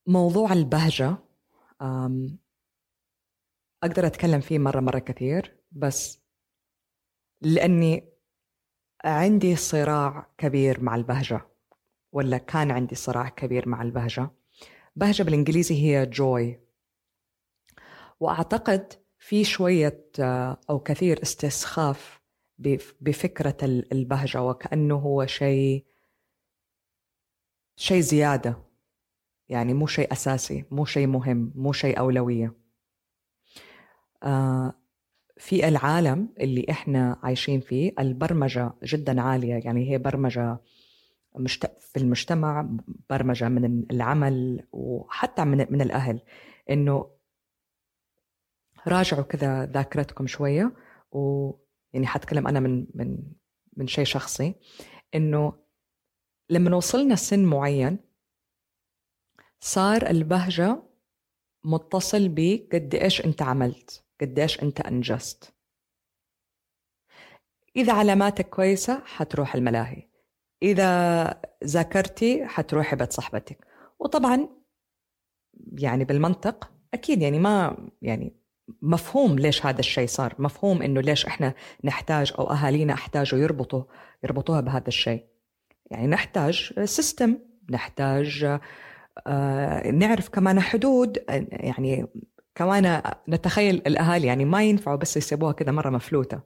موضوع البهجة أقدر أتكلم فيه مرة كثير، بس لأني عندي صراع كبير مع البهجة، ولا كان عندي صراع كبير مع البهجة. بهجة بالإنجليزي هي joy، وأعتقد في شوية أو كثير استسخاف بفكرة البهجة، وكأنه هو شيء زيادة، يعني مو شيء أساسي، مو شيء مهم، مو شيء أولوية. في العالم اللي إحنا عايشين فيه البرمجة جدا عالية، يعني هي برمجة في المجتمع، برمجة من العمل وحتى من الأهل. إنه راجعوا كذا ذاكرتكم شوية، ويعني حتكلم أنا من شيء شخصي، إنه لما وصلنا سن معين صار البهجة متصل بقد إيش أنت عملت، قد إيش أنت أنجزت. إذا علاماتك كويسة حتروح الملاهي، إذا ذاكرتي حتروحي بيت صاحبتك. وطبعا يعني بالمنطق أكيد يعني ما يعني مفهوم ليش هذا الشيء صار، مفهوم إنه ليش إحنا نحتاج أو أهالينا احتاجوا يربطوها بهذا الشيء. يعني نحتاج سيستم، نحتاج نعرف كمان حدود، يعني كمان نتخيل الأهالي يعني ما ينفعوا بس يسيبوها كذا مرة مفلوتة.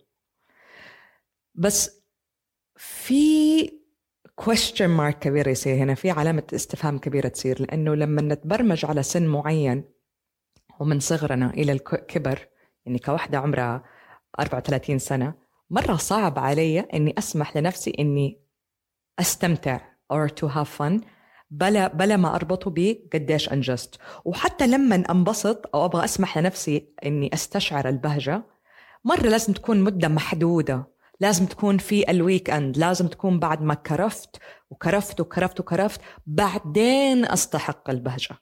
بس في question mark كبير يصير هنا، في علامة استفهام كبيرة تصير، لأنه لما نتبرمج على سن معين ومن صغرنا إلى الكبر، يعني كوحدة عمرها 34 سنة مرة صعب علي أني أسمح لنفسي أني أستمتع or to have fun بلا ما أربطه بقديش أنجزت. وحتى لما أنبسط أو أبغى أسمح لنفسي أني أستشعر البهجة، مرة لازم تكون مدة محدودة، لازم تكون في الويك أند، لازم تكون بعد ما كرفت وكرفت وكرفت وكرفت بعدين أستحق البهجة.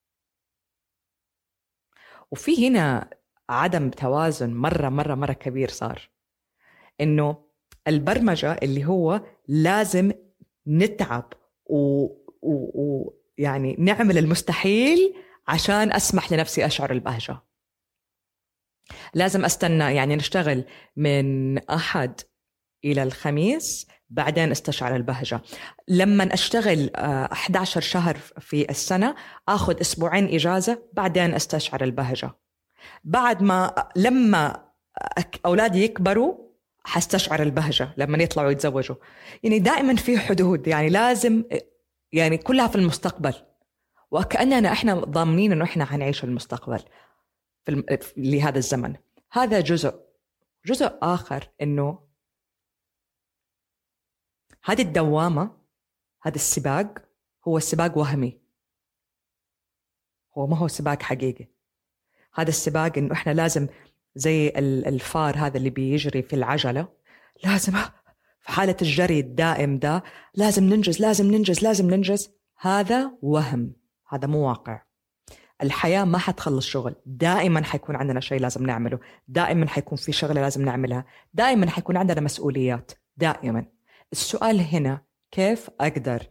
وفي هنا عدم توازن مرة كبير صار، إنه البرمجة اللي هو لازم نتعب يعني نعمل المستحيل عشان أسمح لنفسي أشعر البهجة. لازم أستنى، يعني نشتغل من أحد إلى الخميس بعدين استشعر البهجة. لما أشتغل 11 شهر في السنة أخذ أسبوعين إجازة بعدين استشعر البهجة. بعد ما لما أولادي يكبروا حستشعر البهجة لما يطلعوا يتزوجوا. يعني دائما في حدود، يعني لازم يعني كلها في المستقبل، وكأننا إحنا ضامنين إنه إحنا هنعيش المستقبل لهذا الزمن. هذا جزء آخر، إنه هذه الدوامة، هذا السباق هو سباق وهمي، هو ما هو سباق حقيقي. هذا السباق إنه إحنا لازم زي الفار هذا اللي بيجري في العجلة، لازم في حالة الجري الدائم ده لازم ننجز لازم ننجز لازم ننجز. هذا وهم، هذا مو واقع. الحياة ما حتخلص شغل، دائما حيكون عندنا شيء لازم نعمله، دائما حيكون في شغلة لازم نعملها، دائما حيكون عندنا مسؤوليات دائما. السؤال هنا كيف أقدر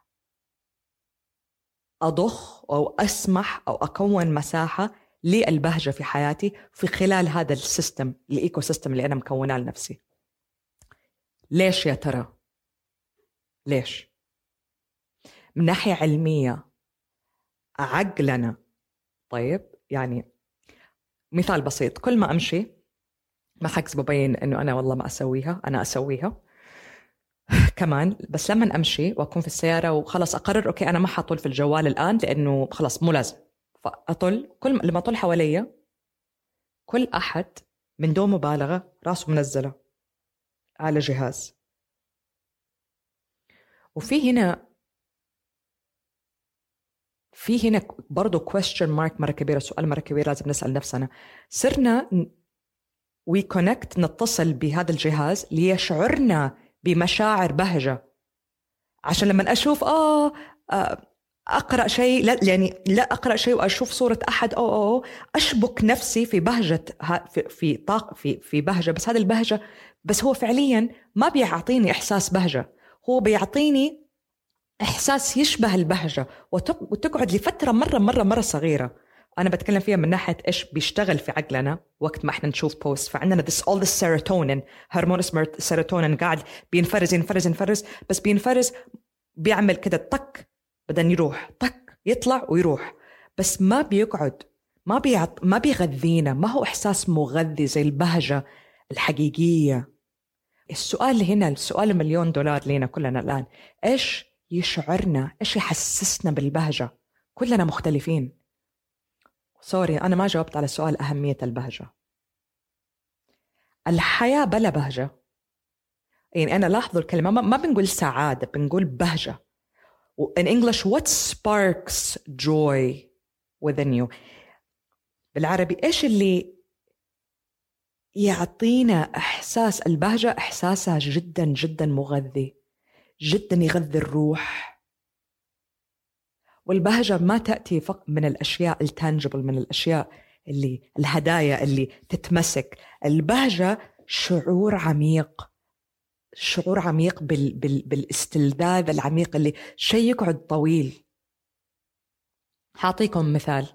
أضخ أو أسمح أو أكون مساحة للبهجة في حياتي في خلال هذا السيستم، الإيكو سيستم اللي أنا مكوناه لنفسي. ليش يا ترى؟ ليش؟ من ناحية علمية عقلنا، طيب يعني مثال بسيط، كل ما أمشي ما حكذب ببين أنه أنا والله ما أسويها، أنا أسويها كمان، بس لما أمشي وأكون في السيارة وخلص أقرر أوكي أنا ما حطول في الجوال الآن لأنه خلص مو لازم، فأطل. لما أطل حواليا كل أحد من دون مبالغة راسه منزلة على جهاز. وفي هنا برضو question mark مرة كبيرة، سؤال مرة كبير لازم نسأل نفسنا. صرنا نتصل بهذا الجهاز ليشعرنا بمشاعر بهجة، عشان لما أشوف أقرأ شيء، لا أقرأ شيء وأشوف صورة أحد أشبك نفسي في بهجة، في طاقة، في بهجة. بس هذا البهجة بس هو فعليا ما بيعطيني إحساس بهجة، هو بيعطيني إحساس يشبه البهجة وتقعد لفترة مرة صغيرة. أنا بتكلم فيها من ناحية إيش بيشتغل في عقلنا وقت ما إحنا نشوف بوست. فعندنا all this serotonin، هرمون اسمه serotonin قاعد ينفرز، بس بينفرز بيعمل كده طق، بدن يروح طق يطلع ويروح، بس ما بيقعد، ما بيغذينا، ما هو إحساس مغذي زي البهجة الحقيقية. السؤال هنا، السؤال $1,000,000 لينا كلنا الآن، إيش يشعرنا، إيش يحسسنا بالبهجة؟ كلنا مختلفين. سوري أنا ما جاوبت على سؤال أهمية البهجة. الحياة بلا بهجة، يعني أنا لاحظوا الكلمة ما بنقول سعادة، بنقول بهجة. In English what sparks joy within you؟ بالعربي إيش اللي يعطينا إحساس البهجة؟ إحساسها جدا مغذي، جدا يغذي الروح. والبهجة ما تأتي فقط من الأشياء التانجبل، من الأشياء اللي الهدايا اللي تتمسك. البهجة شعور عميق، شعور عميق بالاستلذاذ العميق اللي شيء يقعد طويل. حاعطيكم مثال.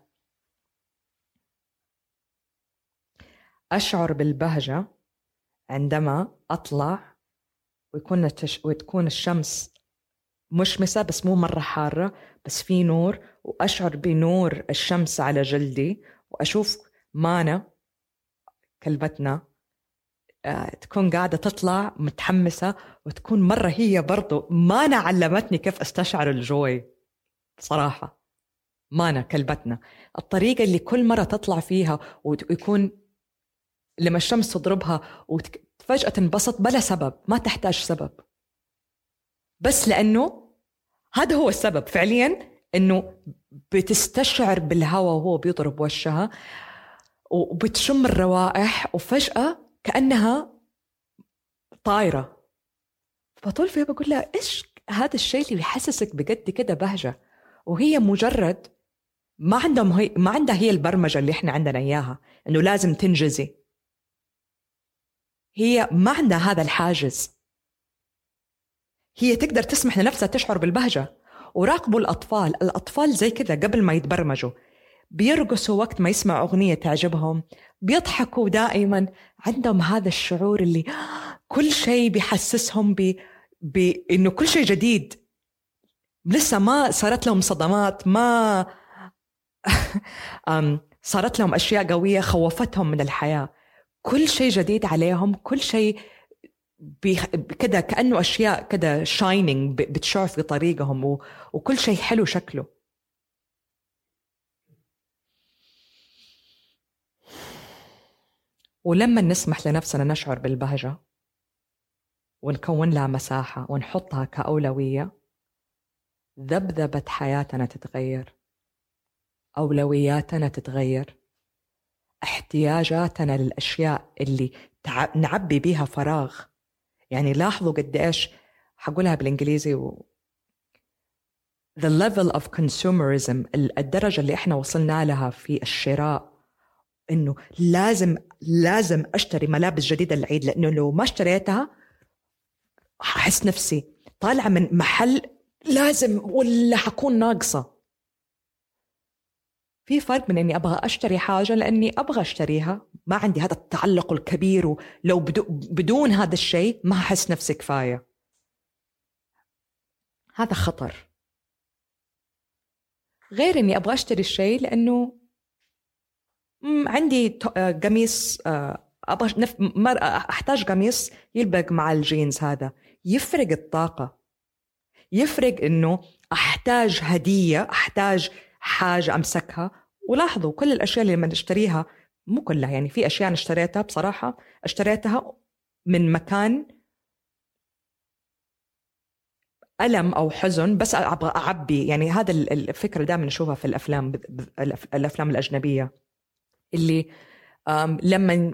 أشعر بالبهجة عندما أطلع وتكون الشمس مشمسة بس مو مرة حارة، بس في نور، وأشعر بنور الشمس على جلدي، وأشوف مانا كلبتنا تكون قاعدة تطلع متحمسة، وتكون مرة هي برضو مانا علمتني كيف أستشعر الجوي صراحة. مانا كلبتنا الطريقة اللي كل مرة تطلع فيها ويكون لما الشمس تضربها وفجأة تنبسط بلا سبب، ما تحتاج سبب، بس لأنه هذا هو السبب فعليا، أنه بتستشعر بالهواء وهو بيضرب وشها، وبتشم الروائح، وفجأة كأنها طايرة. فطول فيها بقول لها إيش هذا الشيء اللي يحسسك بجد كده بهجة؟ وهي مجرد ما عندها هي البرمجة اللي إحنا عندنا إياها أنه لازم تنجزي. هي ما عندها هذا الحاجز، هي تقدر تسمح لنفسها تشعر بالبهجة. وراقبوا الأطفال زي كذا قبل ما يتبرمجوا، بيرقصوا وقت ما يسمعوا أغنية تعجبهم، بيضحكوا دائما، عندهم هذا الشعور اللي كل شيء بيحسسهم إنه كل شيء جديد، لسه ما صارت لهم صدمات، ما صارت لهم أشياء قوية خوفتهم من الحياة. كل شيء جديد عليهم، كل شيء كده كأنه أشياء كده شاينينج بتشع في طريقهم، وكل شيء حلو شكله. ولما نسمح لنفسنا نشعر بالبهجة ونكون لها مساحة ونحطها كأولوية، ذبذبة حياتنا تتغير، أولوياتنا تتغير، احتياجاتنا للأشياء اللي نعبي بيها فراغ. يعني لاحظوا قد إيش، حقولها بالإنجليزي the level of consumerism، الدرجة اللي إحنا وصلنا لها في الشراء، إنه لازم أشتري ملابس جديدة للعيد، لأنه لو ما اشتريتها أحس نفسي طالعة من محل لازم ولا حكون ناقصة. في فرق من أني أبغى أشتري حاجة لأني أبغى أشتريها، ما عندي هذا التعلق الكبير، ولو بدون هذا الشيء ما أحس نفسي كفاية. هذا خطر. غير أني أبغى أشتري الشيء لأنه عندي قميص، أحتاج قميص يلبق مع الجينز، هذا يفرق الطاقة، يفرق أنه أحتاج هدية، أحتاج حاجة أمسكها. ولاحظوا كل الأشياء اللي من اشتريها، مو كلها يعني، في أشياء اشتريتها بصراحة اشتريتها من مكان ألم أو حزن، بس أبغى أعبي. يعني هذا الفكرة دائما نشوفها في الأفلام الأجنبية، اللي لما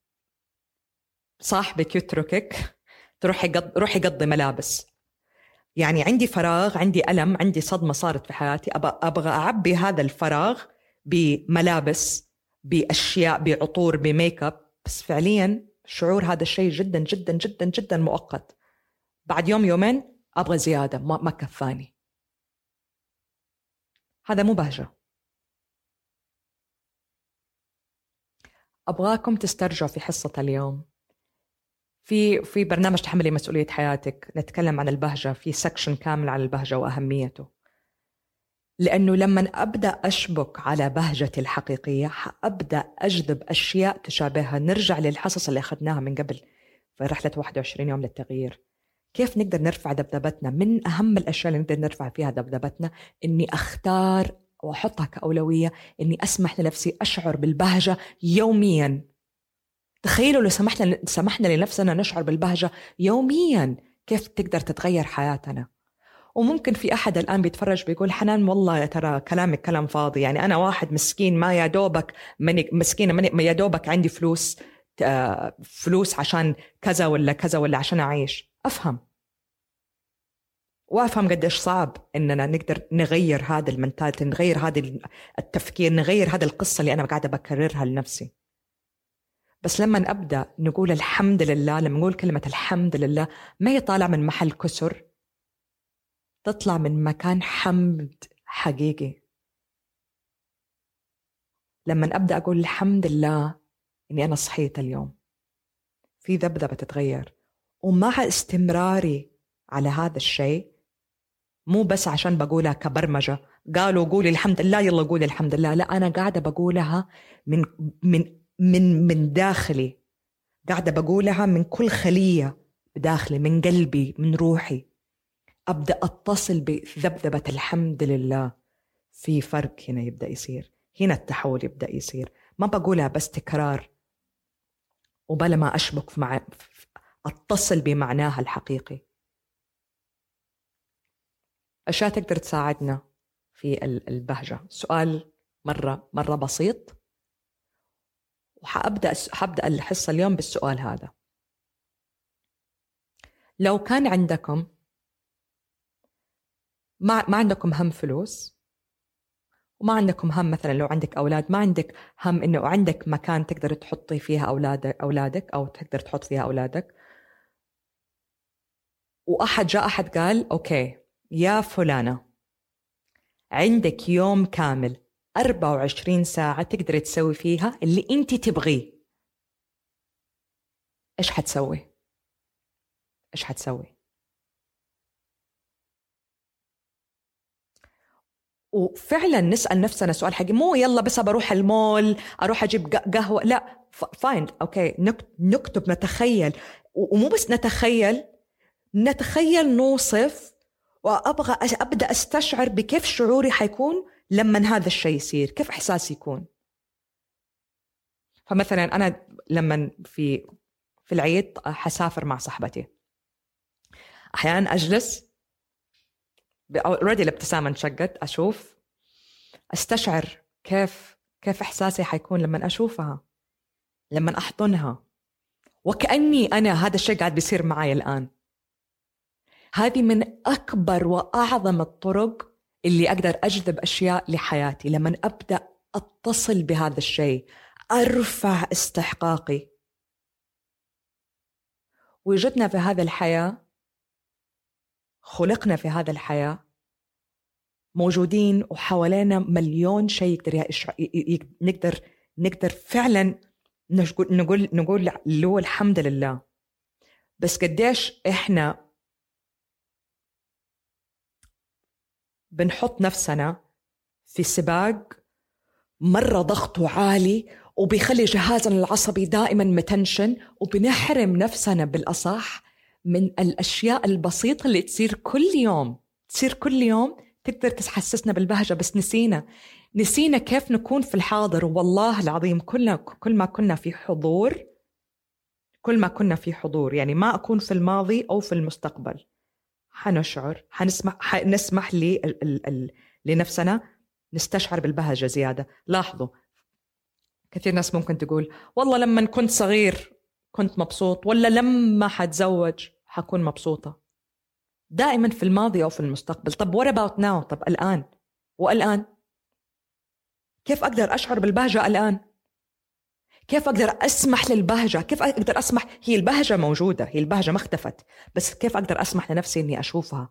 صاحبك يتركك روح يقضي ملابس. يعني عندي فراغ، عندي ألم، عندي صدمة صارت في حياتي، أبغى أعبي هذا الفراغ بملابس، بأشياء، بعطور، بميك اب. بس فعليا شعور هذا الشيء جدا جدا جدا جدا مؤقت. بعد يوم يومين أبغى زيادة، ما كفاني. هذا مو بهجة. أبغاكم تسترجعوا في حصة اليوم في برنامج تحملي مسؤولية حياتك نتكلم عن البهجة، في سكشن كامل عن البهجة وأهميته. لأنه لما أبدأ أشبك على بهجتي الحقيقية أبدأ أجذب أشياء تشابهها. نرجع للحصص اللي أخذناها من قبل في رحلة 21 يوم للتغيير. كيف نقدر نرفع ذبذبتنا؟ من أهم الأشياء اللي نقدر نرفع فيها ذبذبتنا إني أختار وأحطها كأولوية، إني أسمح لنفسي أشعر بالبهجة يومياً. تخيلوا لو سمحنا لنفسنا نشعر بالبهجة يومياً، كيف تقدر تتغير حياتنا. وممكن في أحد الآن بيتفرج بيقول حنان والله ترى كلامك كلام فاضي، يعني أنا واحد مسكين ما يدوبك مسكينة يا دوبك عندي فلوس عشان كذا ولا كذا ولا عشان أعيش. وأفهم قديش صعب إننا نقدر نغير هذا المنتاليتي، نغير هذا التفكير، نغير هذا القصة اللي أنا قاعدة بكررها لنفسي. بس لما أبدأ نقول الحمد لله، لما نقول كلمة الحمد لله ما يطالع من محل كسر، تطلع من مكان حمد حقيقي. لما أبدأ أقول الحمد لله إني أنا صحيت اليوم، في ذبذبة تتغير. ومع استمراري على هذا الشيء، مو بس عشان بقولها كبرمجة قالوا قولي الحمد لله يلا قولي الحمد لله، لا، أنا قاعدة بقولها من داخلي، قاعدة بقولها من كل خلية بداخلي، من قلبي، من روحي. أبدأ أتصل بذبذبة الحمد لله. في فرق هنا يبدأ يصير، هنا التحول يبدأ يصير. ما بقولها بس تكرار وبلا ما أشبك أتصل بمعناها الحقيقي. أشياء تقدر تساعدنا في البهجة. سؤال مرة بسيط، وحأبدأ الحصة اليوم بالسؤال هذا. لو كان عندكم ما عندكم هم فلوس، وما عندكم هم مثلا لو عندك أولاد، ما عندك هم إنه عندك مكان تقدر تحطي فيها أولادك أو تقدر تحط فيها أولادك، جاء أحد قال أوكي يا فلانة عندك يوم كامل 24 ساعة تقدر تسوي فيها اللي أنت تبغيه، إيش حتسوي؟ وفعلا نسأل نفسنا سؤال حقيقي، مو يلا بس بروح المول أروح أجيب قهوة، لا، فاين أوكي نكتب، نتخيل، ومو بس نتخيل نوصف. وأبغى أبدأ أستشعر بكيف شعوري حيكون لما هذا الشيء يصير، كيف إحساسي يكون. فمثلا أنا لما في العيد حسافر مع صاحبتي، أحيانا أجلس already الابتسامة انشقت، أشوف، أستشعر كيف إحساسي حيكون لما أشوفها، لما أحضنها، وكأني أنا هذا الشيء قاعد بيصير معي الآن. هذه من أكبر وأعظم الطرق اللي أقدر أجذب أشياء لحياتي، لما أبدأ أتصل بهذا الشيء، أرفع استحقاقي. وجدنا في هذا الحياة، خلقنا في هذا الحياة، موجودين وحوالينا مليون شيء نقدر فعلا نقول اللي هو الحمد لله. بس قديش إحنا بنحط نفسنا في سباق مرة ضغطه عالي وبيخلي جهازنا العصبي دائما متنشن، وبنحرم نفسنا بالأصح من الأشياء البسيطة اللي تصير كل يوم تقدر تحسسنا بالبهجة. بس نسينا كيف نكون في الحاضر. والله العظيم كل ما كنا في حضور، يعني ما أكون في الماضي أو في المستقبل، نسمح لنفسنا نستشعر بالبهجة زيادة. لاحظوا كثير ناس ممكن تقول والله لما كنت صغير كنت مبسوط، ولا لما حتزوج حكون مبسوطة. دائما في الماضي أو في المستقبل. طب what about now؟ طب الآن كيف أقدر أشعر بالبهجة الآن؟ كيف أقدر أسمح للبهجة؟ كيف أقدر أسمح؟ هي البهجة موجودة، هي البهجة ما اختفت، بس كيف أقدر أسمح لنفسي إني أشوفها؟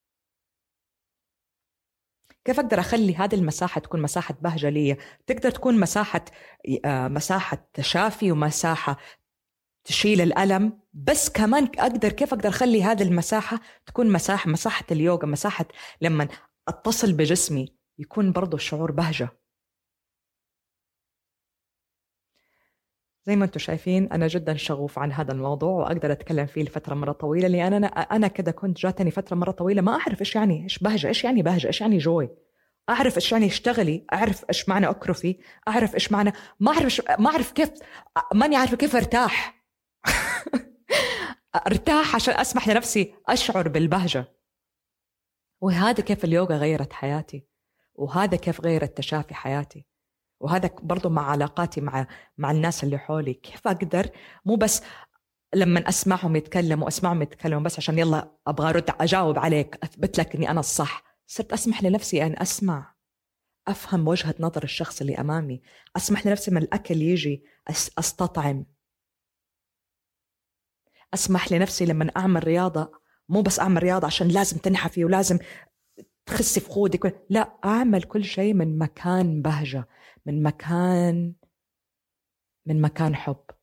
كيف أقدر أخلي هذه المساحة تكون مساحة بهجة لي؟ تقدر تكون مساحة تشافي ومساحة تشيل الألم، بس كمان كيف أقدر أخلي هذه المساحة تكون مساحة اليوغا، مساحة لما أتصل بجسمي يكون برضو الشعور بهجة. زي ما أنتم شايفين أنا جدا شغوف عن هذا الموضوع وأقدر أتكلم فيه لفترة مرة طويلة، لأن أنا كده كنت جاتني فترة مرة طويلة ما أعرف إيش يعني إيش بهجة، إيش يعني بهجة، إيش يعني جوي، أعرف إيش يعني اشتغلي، أعرف إيش معنى أكرفي، أعرف إيش معنى ما أعرف كيف، ماني عارفة كيف أرتاح أرتاح عشان أسمح لنفسي أشعر بالبهجة. وهذا كيف اليوغا غيرت حياتي، وهذا كيف غيرت تشافي حياتي، وهذا برضو مع علاقاتي مع الناس اللي حولي. كيف أقدر مو بس لما أسمعهم يتكلموا بس عشان يلا أبغى أرد أجاوب عليك أثبت لك أني أنا الصح، صرت أسمح لنفسي أن أسمع، أفهم وجهة نظر الشخص اللي أمامي، أسمح لنفسي من الأكل يجي أستطعم، أسمح لنفسي لما أعمل رياضة مو بس أعمل رياضة عشان لازم تنحفي ولازم تخسي في خودك، لا، أعمل كل شيء من مكان بهجة، من مكان حب.